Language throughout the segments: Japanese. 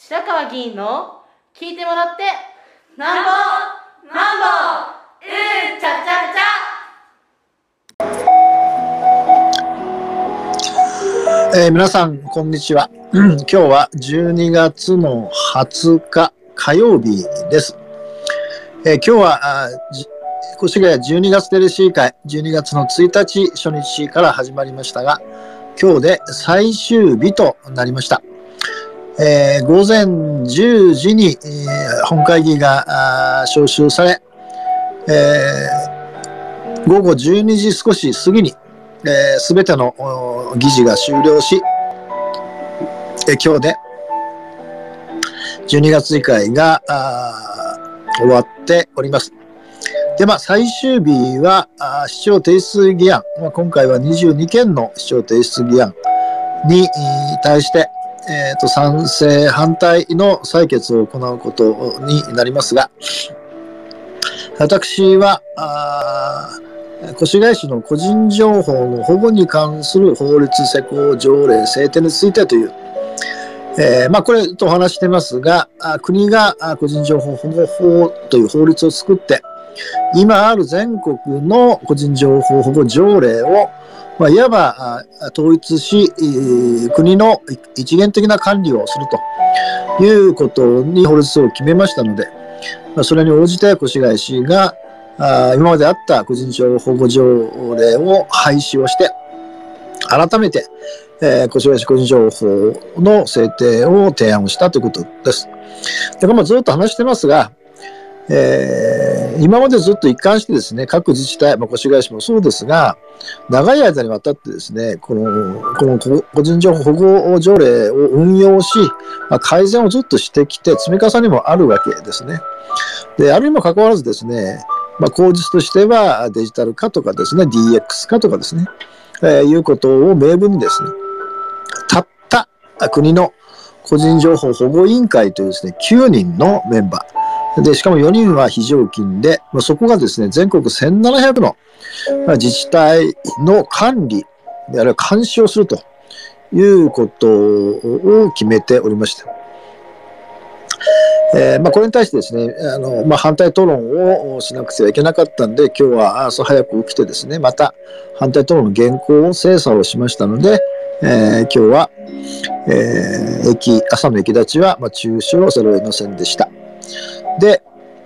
白川議員の聞いてもらってなんぼなんぼちゃちゃちゃ。皆さんこんにちは。今日は12月の20日火曜日です。今日は越谷12月テレシー会12月の1日初日から始まりましたが、今日で最終日となりました。午前10時に、本会議が招集され、午後12時少し過ぎにすべての議事が終了し、今日で12月議会が終わっております。で、最終日は市長提出議案、今回は22件の市長提出議案に対して、賛成反対の採決を行うことになりますが、私は越谷市の個人情報の保護に関する法律施行条例制定についてという、これとお話してますが、国が個人情報保護法という法律を作って、今ある全国の個人情報保護条例をいわば統一し、国の一元的な管理をするということに法律を決めましたので、それに応じて越谷市が今まであった個人情報保護条例を廃止をして、改めて越谷市個人情報の制定を提案をしたということです。だからずっと話してますが、今までずっと一貫してですね、各自治体、越谷市もそうですが、長い間にわたってですね、この個人情報保護条例を運用し、改善をずっとしてきて、積み重ねもあるわけですね。で、あるにもかかわらずですね、口実としてはデジタル化とかですね、DX 化とかですね、いうことを明文にですね、たった国の個人情報保護委員会というですね、9人のメンバー、で、しかも4人は非常勤で、そこがですね、全国1700の自治体の管理、あるいは監視をするということを決めておりました。これに対してですね、反対討論をしなくてはいけなかったんで、今日は朝早く起きてですね、また反対討論の原稿を精査をしましたので、今日は、朝の駅立ちは中止をせざるを得ませんでした。で、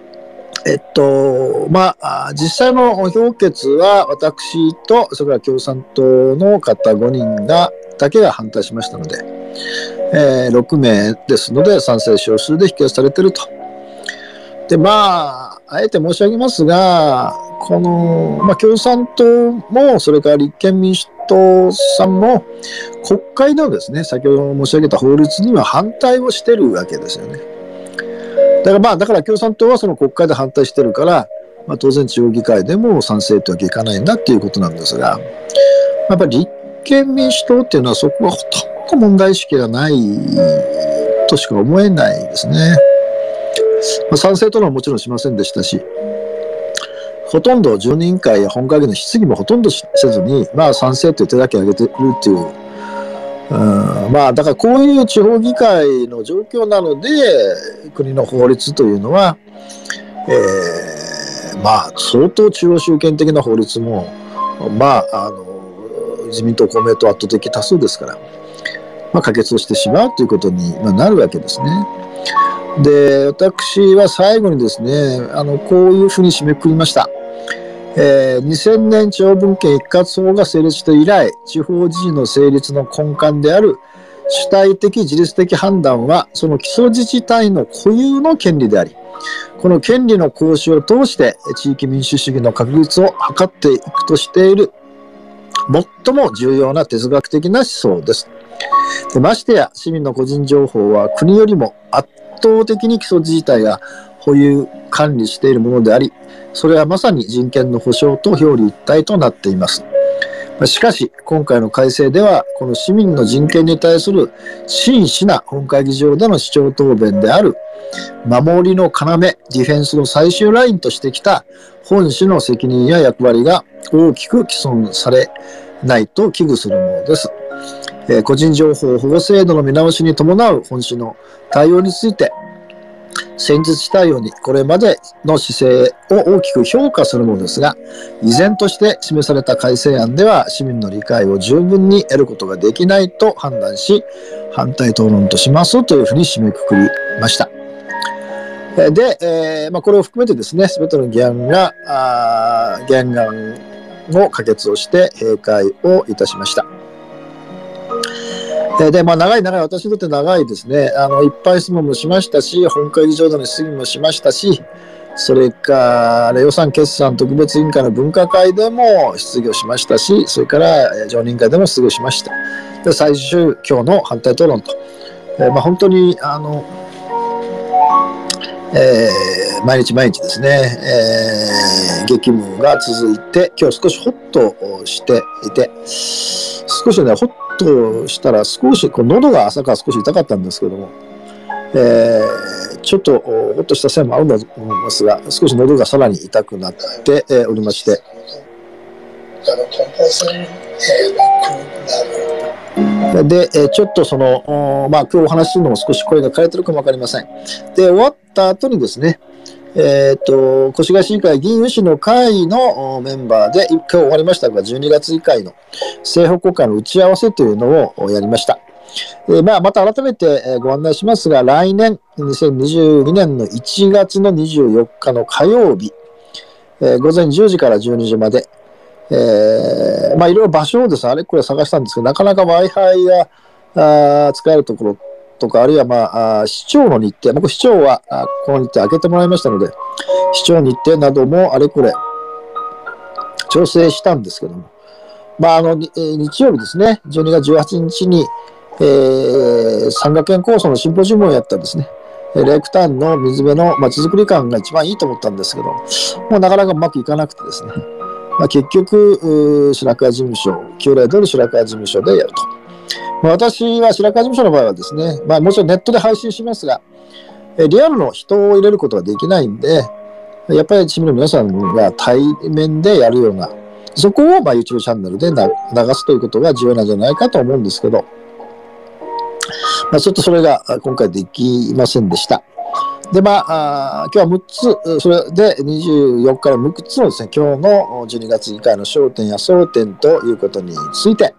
実際の評決は私と、それから共産党の方5人だけが反対しましたので、6名ですので賛成少数で否決されていると。で、あえて申し上げますが、共産党も、それから立憲民主党さんも、国会のですね、先ほど申し上げた法律には反対をしているわけですよね。だから共産党はその国会で反対してるから、当然地方議会でも賛成とはいかないんだっていうことなんですが、やっぱり立憲民主党っていうのはそこはほとんど問題意識がないとしか思えないですね。賛成というのはもちろんしませんでしたし、ほとんど常任委員会や本会議の質疑もほとんどせずに、賛成という手だけ挙げてるっていう、だからこういう地方議会の状況なので、国の法律というのは、相当中央集権的な法律も、自民党、公明党圧倒的多数ですから、可決をしてしまうということになるわけですね。で、私は最後にですね、こういうふうに締めくくりました。2000年地方分権一括法が成立して以来、地方自治の成立の根幹である主体的自律的判断は、その基礎自治体の固有の権利であり、この権利の行使を通して地域民主主義の確立を図っていくとしている最も重要な哲学的な思想です。で、ましてや市民の個人情報は国よりも圧倒的に基礎自治体が保有管理しているものであり、それはまさに人権の保障と表裏一体となっています。しかし、今回の改正では、この市民の人権に対する真摯な本会議場での主張答弁である、守りの要、ディフェンスの最終ラインとしてきた本市の責任や役割が大きく毀損されないと危惧するものです。 個人情報保護制度の見直しに伴う本市の対応について、先日したようにこれまでの姿勢を大きく評価するものですが、依然として示された改正案では市民の理解を十分に得ることができないと判断し、反対討論としますというふうに締めくくりました。で、これを含めてですね、すべての議案を可決をして閉会をいたしました。で、長い私にとって長いですね、いっぱい質問もしましたし、本会議場での質疑もしましたし、それから予算決算特別委員会の分科会でも質疑をしましたし、それから常任会でも質疑をしました。で、最終今日の反対討論と、本当に毎日ですね、激務が続いて、今日少しホッとしていて、少しね、ホッとしたら少し喉が朝から少し痛かったんですけども、ちょっとホッとしたせいもあるんだと思いますが、少し喉がさらに痛くなっておりまして、で、ちょっと今日お話しするのも少し声が枯れてるかもわかりません。で、終わった後にですね、越谷市議会議員有志の会のメンバーで、今日終わりましたが、12月議会の政報国会の打ち合わせというのをやりました。また改めてご案内しますが、来年、2022年の1月の24日の火曜日、午前10時から12時まで、いろいろ場所をですね、あれこれ探したんですけど、なかなか Wi-Fi が使えるところとか、あるいは市長の日程、僕市長はこの日程開けてもらいましたので、市長日程などもあれこれ調整したんですけども、日曜日ですね、12月18日に、産学園構想のシンポジウムをやったですね、レイクタウンの水辺のまちづくり館が一番いいと思ったんですけど、もうなかなかうまくいかなくてですね、結局、白川事務所、旧来通り白川事務所でやると。私は白川事務所の場合はですね、もちろんネットで配信しますが、リアルの人を入れることができないんで、やっぱり市民の皆さんが対面でやるような、そこをYouTube チャンネルで流すということが重要なんじゃないかと思うんですけど、ちょっとそれが今回できませんでした。で、今日は6つ、それで24日から6つのですね、今日の12月議会の焦点や争点ということについて、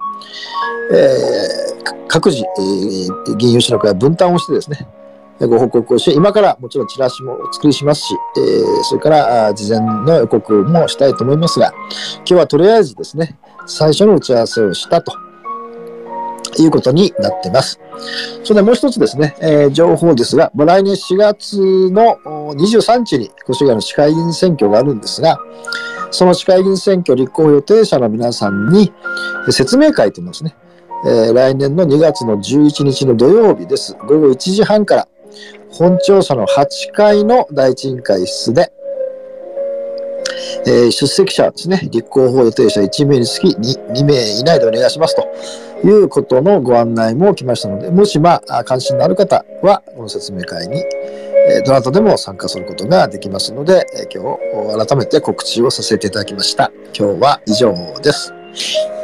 各自、議員有志の会は分担をしてですね、ご報告をし、今からもちろんチラシもお作りしますし、それから事前の予告もしたいと思いますが、今日はとりあえずですね、最初の打ち合わせをしたということになっています。それでもう一つですね、情報ですが、来年4月の23日に越谷の市会議員選挙があるんですが、その市会議員選挙立候補予定者の皆さんに説明会というのですね、来年の2月の11日の土曜日です。午後1時半から、本庁舎の8階の第一委員会室で、出席者はですね、立候補予定者1名につき 2名以内でお願いしますということのご案内も来ましたので、もし関心のある方は、この説明会に、どなたでも参加することができますので、今日改めて告知をさせていただきました。今日は以上です。